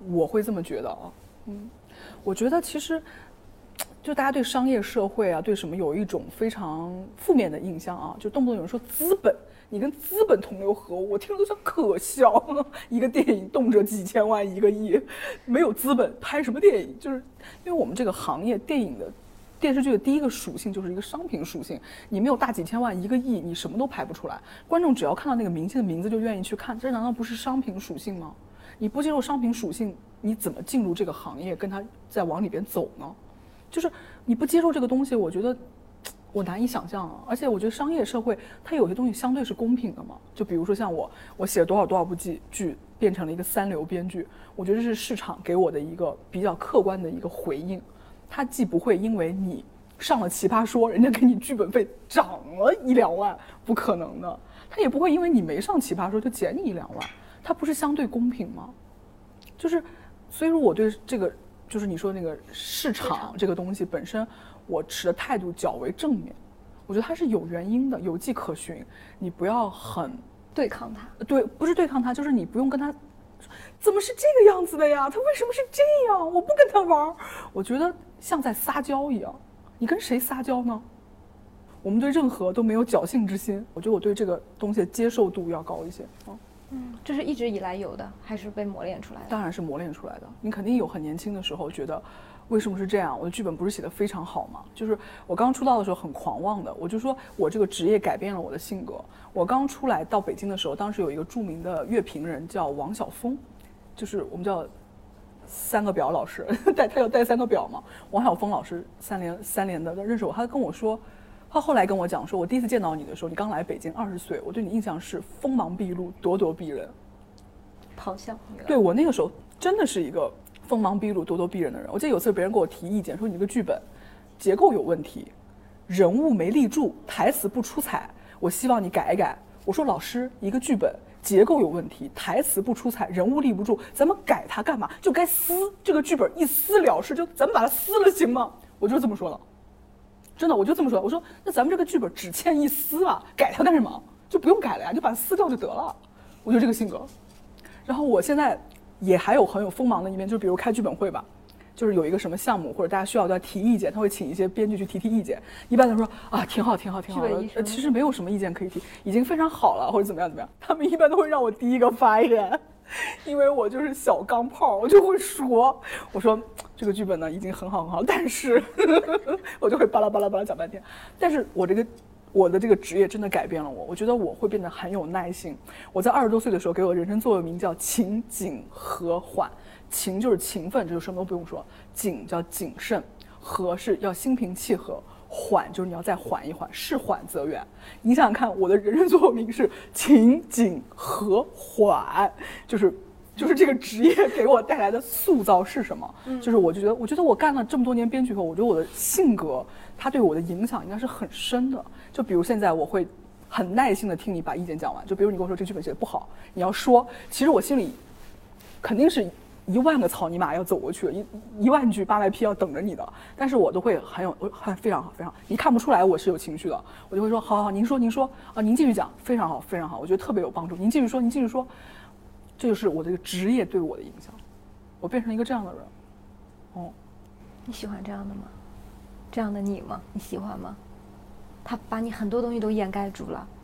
我会这么觉得啊。我觉得其实就大家对商业社会啊，对什么有一种非常负面的印象啊，就动不动有人说资本，你跟资本同流合污，我听着都想可笑。一个电影动辄几千万一个亿，没有资本拍什么电影？就是因为我们这个行业，电视剧的第一个属性就是一个商品属性，你没有大几千万一个亿，你什么都拍不出来。观众只要看到那个明星的名字就愿意去看，这难道不是商品属性吗？你不接受商品属性，你怎么进入这个行业，跟他再往里边走呢？就是你不接受这个东西，我觉得我难以想象啊。而且我觉得商业社会它有些东西相对是公平的嘛，就比如说像我写了多少部剧变成了一个3流编剧，我觉得这是市场给我的一个比较客观的一个回应。它既不会因为你上了奇葩说，人家给你剧本费涨了1-2万，不可能的。它也不会因为你没上奇葩说就减你1-2万，它不是相对公平吗？就是，所以说我对这个就是你说那个市场这个东西本身，我持的态度较为正面。我觉得它是有原因的，有迹可循。你不要很对抗它， 对，不是对抗它，就是你不用跟他。怎么是这个样子的呀？他为什么是这样？我不跟他玩。我觉得像在撒娇一样，你跟谁撒娇呢？我们对任何都没有侥幸之心。我觉得我对这个东西的接受度要高一些。 这是一直以来有的，还是被磨练出来的？ 当然是磨练出来的。你肯定有很年轻的时候觉得，为什么是这样？我的剧本不是写得非常好吗？就是我刚出道的时候很狂妄的，我就说我这个职业改变了我的性格。我刚出来到北京的时候，当时有一个著名的乐评人叫王晓峰，就是我们叫3个表老师，他要带3个表嘛。王晓峰老师三联的认识我，他跟我说，他后来跟我讲说，我第一次见到你的时候，你刚来北京20岁，我对你印象是锋芒毕露，咄咄逼人。 咆哮。 对，我那个时候真的是一个锋芒毕露、咄咄逼人的人。我记得有次别人给我提意见，说你这个剧本结构有问题，人物没立住，台词不出彩，我希望你改一改。我说老师，一个剧本结构有问题，台词不出彩，人物立不住，咱们改它干嘛？就该撕这个剧本，一撕了事，就咱们把它撕了行吗？我就这么说了，真的我就这么说了。我说那咱们这个剧本只欠一撕啊，改它干什么？就不用改了呀，就把它撕掉就得了。我就这个性格。然后我现在也还有很有锋芒的一面，就比如开剧本会吧，就是有一个什么项目或者大家需要提意见，他会请一些编剧去提意见。一般来说啊，挺好的，其实没有什么意见可以提，已经非常好了，或者怎么样。他们一般都会让我第一个发言，因为我就是小钢炮，我就会说，我说这个剧本呢已经很好，但是我就会巴拉巴拉讲半天。但是我的这个职业真的改变了我，我觉得我会变得很有耐心。我在20多岁的时候给我人生座右铭叫勤谨和缓。勤就是勤奋，这就什么都不用说；谨叫谨慎，和是要心平气和，缓就是你要再缓一缓，事缓则圆。你想想看，我的人生座右铭是勤谨和缓，就是这个职业给我带来的塑造是什么？就是我觉得我干了这么多年编剧后，我觉得我的性格它对我的影响应该是很深的。就比如现在我会很耐心的听你把意见讲完，就比如你跟我说这个剧本写的不好，你要说，其实我心里肯定是1万个草泥马要走过去了，1万句八百批要等着你的，但是我都会非常好，你看不出来我是有情绪的，我就会说好，您说啊，您继续讲，非常好，我觉得特别有帮助，您继续说，这就是我这个职业对我的影响，我变成一个这样的人。 你喜欢这样的吗？这样的你吗？你喜欢吗？他把你很多东西都掩盖住了。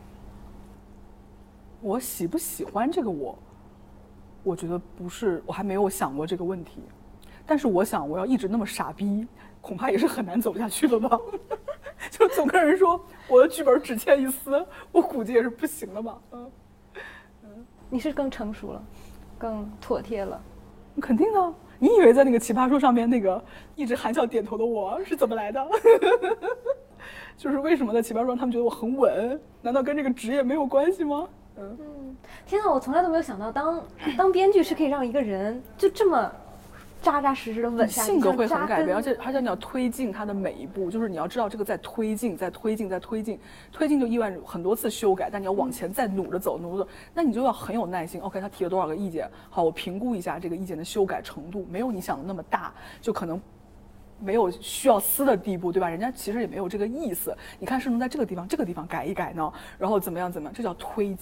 我喜不喜欢这个我觉得不是，我还没有想过这个问题。但是我想，我要一直那么傻逼，恐怕也是很难走下去了吧。就总跟人说我的剧本只欠一丝，我估计也是不行的吧。 你是更成熟了，更妥帖了。 肯定的。你以为在那个奇葩说上面那个一直含笑点头的我是怎么来的？就是为什么在奇葩说他们觉得我很稳？难道跟这个职业没有关系吗？ 天哪，我从来都没有想到当编剧是可以让一个人就这么扎扎实实的稳下去， 性格会很改变，而且你要推进他的每一步，就是你要知道这个在推进，推进就意味着很多次修改，但你要往前再努着走，那你就要很有耐心。OK， 他提了多少个意见，好，我评估一下这个意见的修改程度，没有你想的那么大，就可能没有需要撕的地步，对吧？人家其实也没有这个意思，你看是能在这个地方改一改呢，然后怎么样，这叫推进。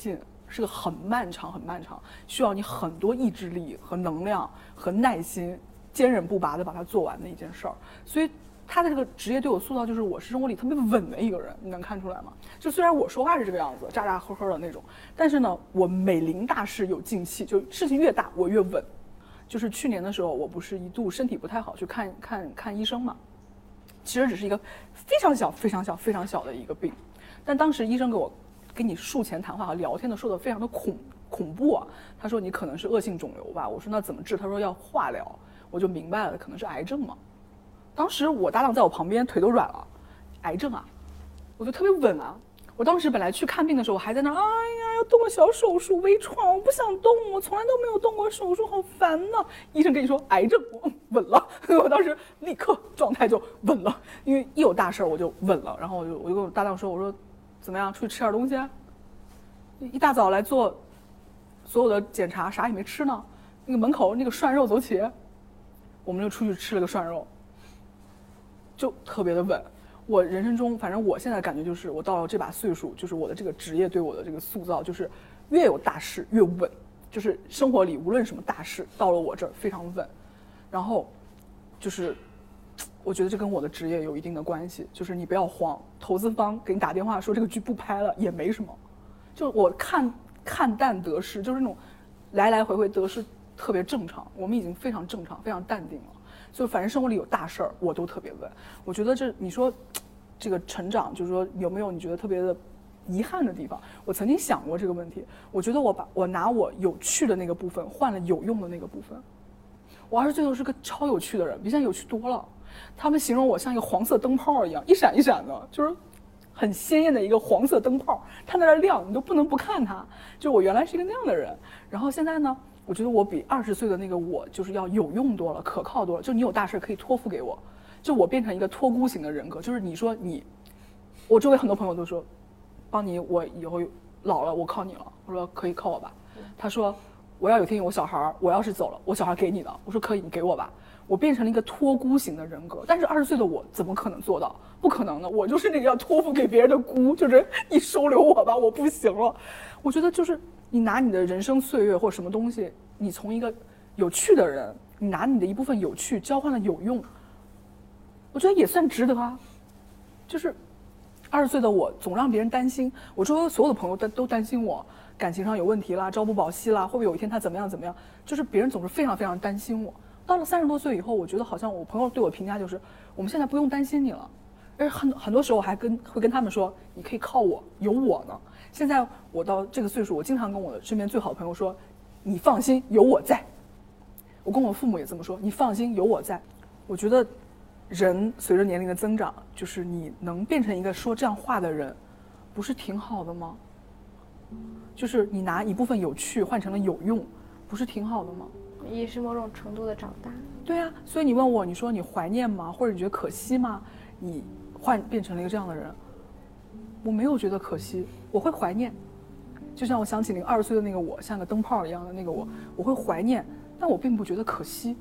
是个很漫长很漫长，需要你很多意志力和能量和耐心，坚韧不拔的把它做完的一件事儿。所以他的这个职业对我塑造就是我是生活里特别稳的一个人，你能看出来吗？就虽然我说话是这个样子，咋咋呵呵的那种，但是呢，我每临大事有静气，就事情越大我越稳。就是去年的时候，我不是一度身体不太好去看医生嘛，其实只是一个非常小的一个病，但当时医生跟你术前谈话和聊天的说的非常的恐怖啊。他说你可能是恶性肿瘤吧，我说那怎么治？他说要化疗，我就明白了，可能是癌症嘛。当时我搭档在我旁边，腿都软了，癌症啊，我就特别稳啊。我当时本来去看病的时候，我还在那，哎呀，要动个小手术，微创，我不想动，我从来都没有动过手术，好烦呐。医生跟你说癌症，我稳了，我当时立刻状态就稳了，因为一有大事我就稳了。然后我就跟我搭档说，我说怎么样，出去吃点东西啊？一大早来做所有的检查，啥也没吃呢。那个门口那个涮肉走起，我们就出去吃了个涮肉，就特别的稳。我人生中，反正我现在感觉就是，我到了这把岁数，就是我的这个职业对我的这个塑造，就是越有大事越稳，就是生活里无论什么大事，到了我这儿非常稳。然后，就是我觉得这跟我的职业有一定的关系，就是你不要慌，投资方给你打电话说这个剧不拍了也没什么，就我看淡得失，就是那种来来回回得失特别正常，我们已经非常正常，非常淡定了。所以反正生活里有大事儿，我都特别稳。我觉得你说这个成长，就是说有没有你觉得特别的遗憾的地方？我曾经想过这个问题。我觉得我拿我有趣的那个部分换了有用的那个部分。我20岁都是个超有趣的人，比现在有趣多了。他们形容我像一个黄色灯泡一样，一闪一闪的，就是很鲜艳的一个黄色灯泡，它在那亮，你都不能不看它。就我原来是一个那样的人，然后现在呢？我觉得我比20岁的那个我就是要有用多了，可靠多了。就你有大事可以托付给我，就我变成一个托孤型的人格。就是你说我周围很多朋友都说，帮你，我以后老了我靠你了。我说可以靠我吧。他说我要有天有我小孩，我要是走了，我小孩给你的。我说可以，你给我吧。我变成了一个托孤型的人格，但是20岁的我怎么可能做到？不可能的，我就是那个要托付给别人的孤，就是你收留我吧，我不行了。我觉得就是你拿你的人生岁月或什么东西，你从一个有趣的人，你拿你的一部分有趣交换了有用，我觉得也算值得啊。就是20岁的我总让别人担心，我周围所有的朋友都担心我感情上有问题啦，朝不保夕啦，会不会有一天他怎么样怎么样，就是别人总是非常非常担心我。到了30多岁以后，我觉得好像我朋友对我评价就是，我们现在不用担心你了，而很多时候我还会跟他们说，你可以靠我，有我呢。现在我到这个岁数，我经常跟我身边最好的朋友说，你放心，有我在。我跟我父母也这么说，你放心，有我在。我觉得人随着年龄的增长，就是你能变成一个说这样话的人，不是挺好的吗？就是你拿一部分有趣换成了有用，不是挺好的吗？ 也是某种程度的长大。 对啊，所以你问我，你说你怀念吗？或者你觉得可惜吗？你变成了一个这样的人，我没有觉得可惜，我会怀念。就像我想起那个20岁的那个我，像个灯泡一样的那个我会怀念，但我并不觉得可惜。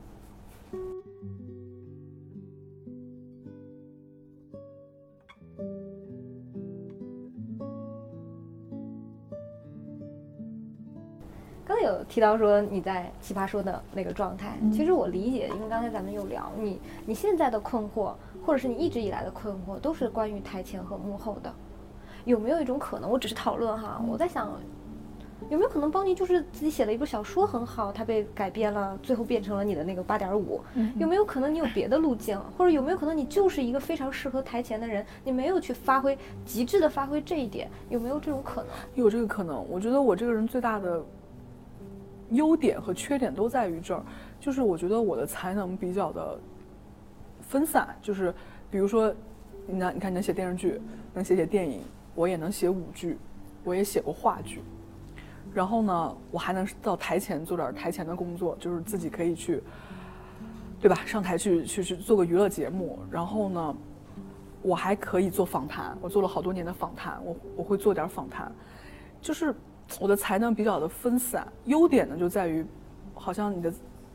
刚才有提到说你在奇葩说的那个状态，其实我理解，因为刚才咱们有聊你现在的困惑，或者是你一直以来的困惑，都是关于台前和幕后的。有没有一种可能，我只是讨论哈，我在想，有没有可能邦尼就是自己写了一部小说很好，它被改编了，最后变成了你的那个8.5？有没有可能你有别的路径，或者有没有可能你就是一个非常适合台前的人，你没有去极致的发挥这一点？有没有这种可能？ 有这个可能。我觉得我这个人最大的优点和缺点都在于这儿，就是我觉得我的才能比较的分散，就是比如说，你看你能写电视剧，能写电影，我也能写舞剧，我也写过话剧，然后呢，我还能到台前做点台前的工作，就是自己可以去，对吧？上台去做个娱乐节目，然后呢，我还可以做访谈，我做了好多年的访谈，我会做点访谈，就是我的才能比较的分散。优点呢就在于，好像你的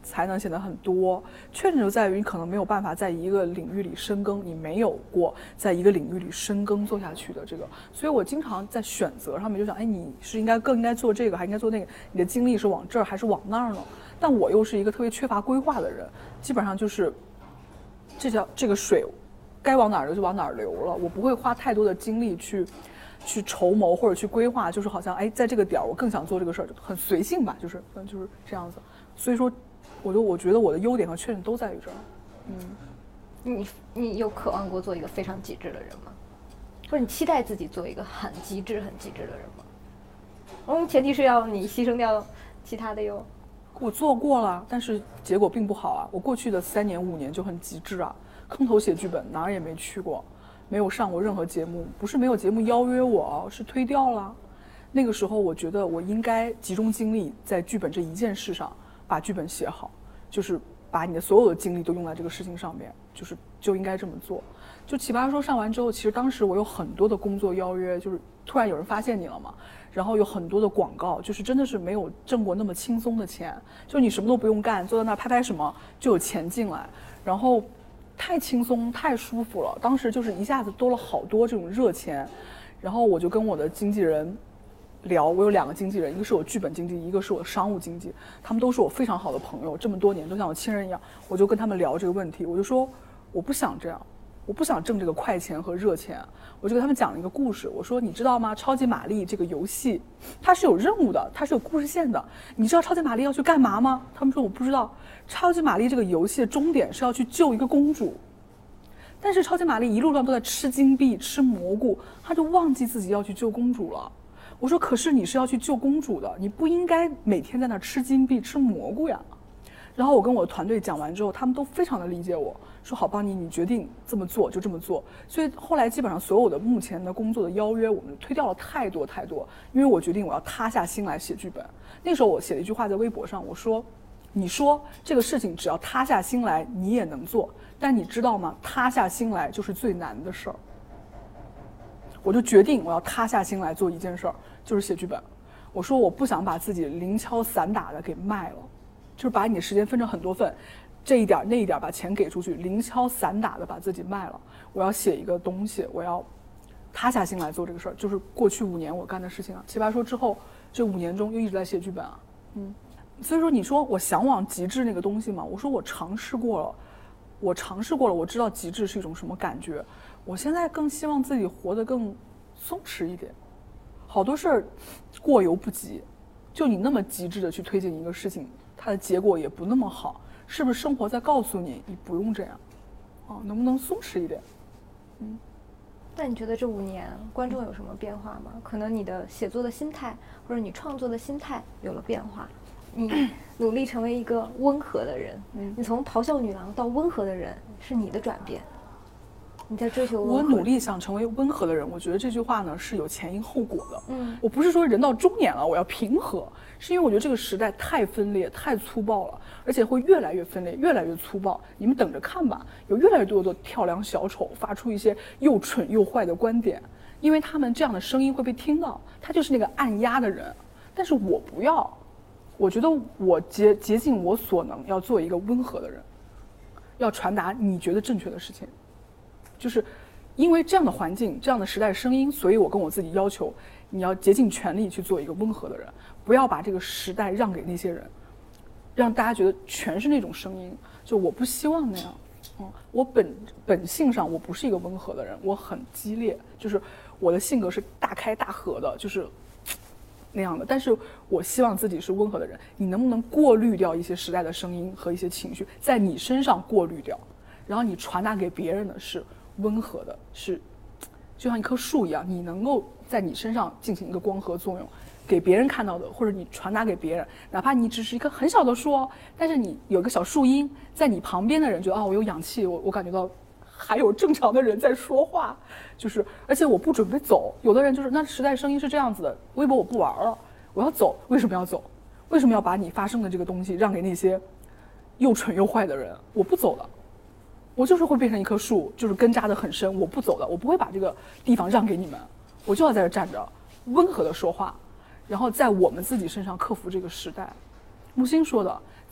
才能显得很多。缺点就在于你可能没有办法在一个领域里深耕，你没有过在一个领域里深耕做下去的这个，所以我经常在选择上面就想，哎，你是更应该做这个，还应该做那个，你的精力是往这儿还是往那儿呢？但我又是一个特别缺乏规划的人，基本上就是这个水该往哪儿流就往哪儿流了，我不会花太多的精力去筹谋或者去规划，就是好像哎，在这个点我更想做这个事儿，很随性吧，就是这样子。所以说，我觉得我的优点和缺点都在于这儿。 你有渴望过做一个非常极致的人吗？或者你期待自己做一个很极致的人吗？前提是要你牺牲掉其他的哟。 我做过了，但是结果并不好啊。我过去的3年5年就很极致啊，坑头写剧本，哪儿也没去过。没有上过任何节目，不是没有节目邀约我，是推掉了。那个时候我觉得我应该集中精力在剧本这一件事上，把剧本写好，就是把你的所有的精力都用在这个事情上面，就应该这么做。就奇葩说上完之后，其实当时我有很多的工作邀约，就是突然有人发现你了嘛，然后有很多的广告，就是真的是没有挣过那么轻松的钱，就你什么都不用干，坐在那儿拍什么就有钱进来，然后太轻松太舒服了，当时就是一下子多了好多这种热钱。然后我就跟我的经纪人聊，我有2个经纪人，一个是我剧本经纪，一个是我商务经纪，他们都是我非常好的朋友，这么多年都像我亲人一样。我就跟他们聊这个问题，我就说我不想这样，我不想挣这个快钱和热钱。我就给他们讲了一个故事，我说你知道吗，超级玛丽这个游戏它是有任务的，它是有故事线的，你知道超级玛丽要去干嘛吗？他们说我不知道。超级玛丽这个游戏的终点是要去救一个公主，但是超级玛丽一路上都在吃金币吃蘑菇，她就忘记自己要去救公主了。我说可是你是要去救公主的，你不应该每天在那吃金币吃蘑菇呀。然后我跟我的团队讲完之后，他们都非常的理解我，说好邦尼，你决定这么做就这么做。所以后来基本上所有的目前的工作的邀约我们推掉了太多，因为我决定我要塌下心来写剧本。那时候我写了一句话在微博上，我说你说这个事情只要塌下心来你也能做，但你知道吗，塌下心来就是最难的事儿。我就决定我要塌下心来做一件事儿，就是写剧本。我说我不想把自己零敲散打的给卖了，就是把你的时间分成很多份，这一点那一点把钱给出去，零敲散打的把自己卖了。我要写一个东西，我要塌下心来做这个事儿，就是过去5年我干的事情啊。奇葩说之后这5年中又一直在写剧本啊。所以说你说我向往极致那个东西吗？我说我尝试过了，我知道极致是一种什么感觉。我现在更希望自己活得更松弛一点，好多事儿过犹不及，就你那么极致的去推进一个事情，它的结果也不那么好，是不是生活在告诉你你不用这样能不能松弛一点？ 那你觉得这5年观众有什么变化吗？可能你的写作的心态或者你创作的心态有了变化，你努力成为一个温和的人，你从咆哮女郎到温和的人，是你的转变。你在追求温和。我努力想成为温和的人，我觉得这句话呢是有前因后果的。我不是说人到中年了我要平和，是因为我觉得这个时代太分裂太粗暴了，而且会越来越分裂越来越粗暴。你们等着看吧，有越来越多的跳梁小丑发出一些又蠢又坏的观点，因为他们这样的声音会被听到，他就是那个按压的人。但是我不要，我觉得我竭尽我所能要做一个温和的人，要传达你觉得正确的事情。就是因为这样的环境这样的时代声音，所以我跟我自己要求，你要竭尽全力去做一个温和的人，不要把这个时代让给那些人，让大家觉得全是那种声音，就我不希望那样。我本性上我不是一个温和的人，我很激烈，就是我的性格是大开大合的，就是那样的。但是我希望自己是温和的人，你能不能过滤掉一些时代的声音和一些情绪，在你身上过滤掉，然后你传达给别人的是温和的，是就像一棵树一样，你能够在你身上进行一个光合作用，给别人看到的，或者你传达给别人，哪怕你只是一棵很小的树但是你有个小树荫在你旁边的人觉得我有氧气，我感觉到还有正常的人在说话，就是而且我不准备走。有的人就是那时代声音是这样子的，微博我不玩了，我要走。为什么要走？为什么要把你发生的这个东西让给那些又蠢又坏的人？我不走了，我就是会变成一棵树，就是根扎得很深，我不走的，我不会把这个地方让给你们，我就要在这站着温和的说话，然后在我们自己身上克服这个时代。木星说的，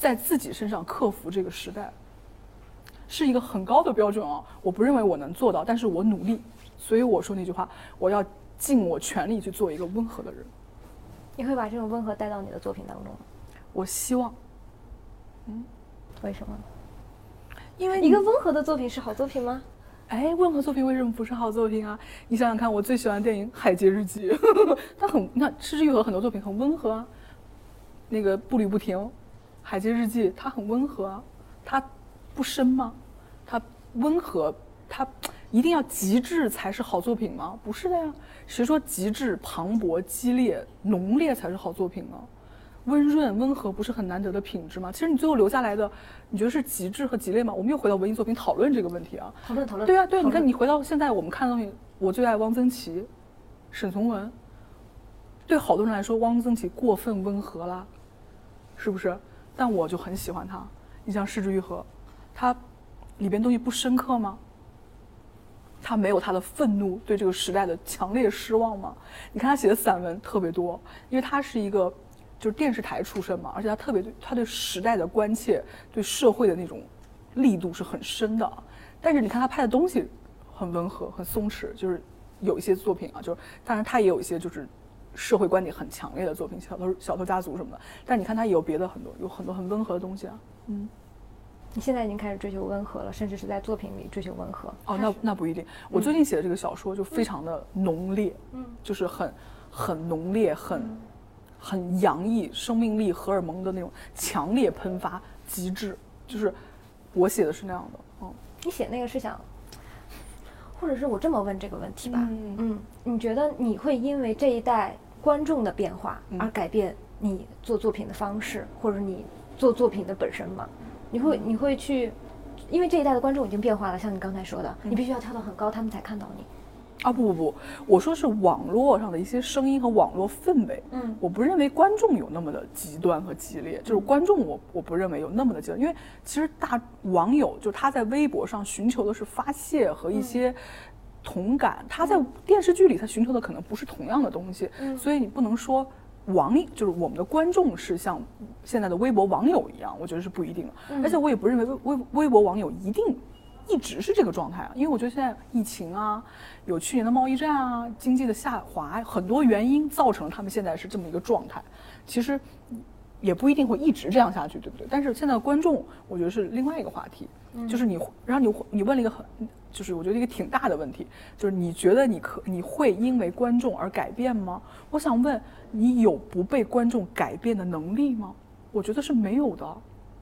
在自己身上克服这个时代，是一个很高的标准啊！我不认为我能做到，但是我努力。所以我说那句话，我要尽我全力去做一个温和的人。 你会把这种温和带到你的作品当中吗？ 我希望。 为什么？ 因为一个温和的作品是好作品吗？ 哎，温和作品为什么不是好作品啊？你想想看，我最喜欢的电影《海街日记》它很，你看《失之愈合》很多作品很温和啊，那个步履不停，《海街日记》它很温和啊，它不深吗？它温和，它一定要极致才是好作品吗？不是的呀，谁说极致、磅礴、激烈、浓烈才是好作品呢？温润、温和不是很难得的品质吗？其实你最后留下来的，你觉得是极致和激烈吗？我们又回到文艺作品讨论这个问题啊。 讨论。 对啊，对，你看你回到现在我们看的东西，我最爱汪曾祺、沈从文。对好多人来说，汪曾祺过分温和啦，是不是？但我就很喜欢他。你像《失之愈合》，它里边东西不深刻吗？他没有他的愤怒，对这个时代的强烈失望吗？你看他写的散文特别多，因为他是一个就是电视台出身嘛，而且他特别他对时代的关切，对社会的那种力度是很深的。但是你看他拍的东西很温和，很松弛，就是有一些作品啊，就是当然他也有一些就是社会观点很强烈的作品，小偷家族什么的。但你看他也有别的有很多很温和的东西啊。 你现在已经开始追求温和了，甚至是在作品里追求温和。 哦，那不一定。我最近写的这个小说就非常的浓烈，就是很浓烈，很洋溢，生命力、荷尔蒙的那种强烈喷发，极致。就是我写的是那样的。 你写那个是想，或者是我这么问这个问题吧，你觉得你会因为这一代观众的变化而改变你做作品的方式，或者你做作品的本身吗？你会去，因为这一代的观众已经变化了，像你刚才说的，你必须要跳到很高，他们才看到你。 啊不，我说是网络上的一些声音和网络氛围。我不认为观众有那么的极端和激烈，就是观众我不认为有那么的激烈，因为其实大网友就是他在微博上寻求的是发泄和一些同感，他在电视剧里他寻求的可能不是同样的东西，所以你不能说就是我们的观众是像现在的微博网友一样，我觉得是不一定的。而且我也不认为微博网友一直是这个状态啊，因为我觉得现在疫情啊，有去年的贸易战啊，经济的下滑，很多原因造成他们现在是这么一个状态。其实也不一定会一直这样下去，对不对？但是现在的观众，我觉得是另外一个话题，就是你问了一个就是我觉得一个挺大的问题，就是你觉得你会因为观众而改变吗？我想问你有不被观众改变的能力吗？我觉得是没有的。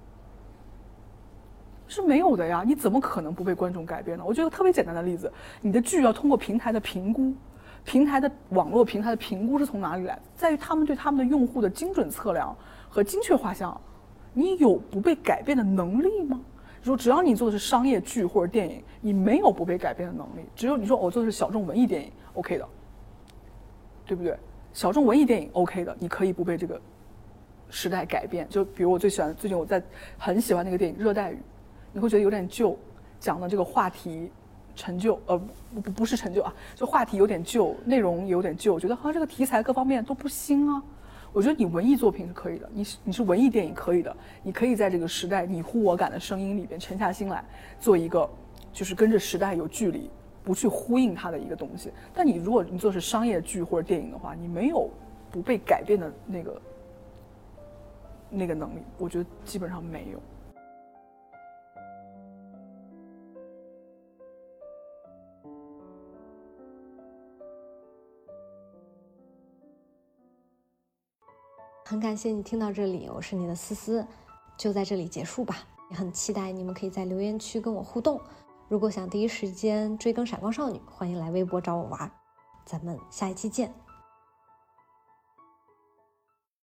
是没有的呀，你怎么可能不被观众改变呢？我觉得特别简单的例子，你的剧要通过平台的评估，网络平台的评估是从哪里来？在于他们对他们的用户的精准测量和精确画像。你有不被改变的能力吗？说只要你做的是商业剧或者电影，你没有不被改变的能力。只有你说我做的是小众文艺电影 ，OK 的，对不对？小众文艺电影 OK 的，你可以不被这个时代改变。就比如我最近我很喜欢那个电影《热带雨》。你会觉得有点旧，讲的这个话题陈旧，不是陈旧啊，就话题有点旧，内容有点旧，觉得好像这个题材各方面都不新啊。我觉得你文艺作品是可以的，你是文艺电影可以的，你可以在这个时代你呼我赶的声音里边沉下心来，做一个就是跟着时代有距离，不去呼应它的一个东西。但如果你做的是商业剧或者电影的话，你没有不被改变的那个能力，我觉得基本上没有。 很感谢你听到这里，我是你的思思，就在这里结束吧。也很期待你们可以在留言区跟我互动。如果想第一时间追更闪光少女，欢迎来微博找我玩。咱们下一期见。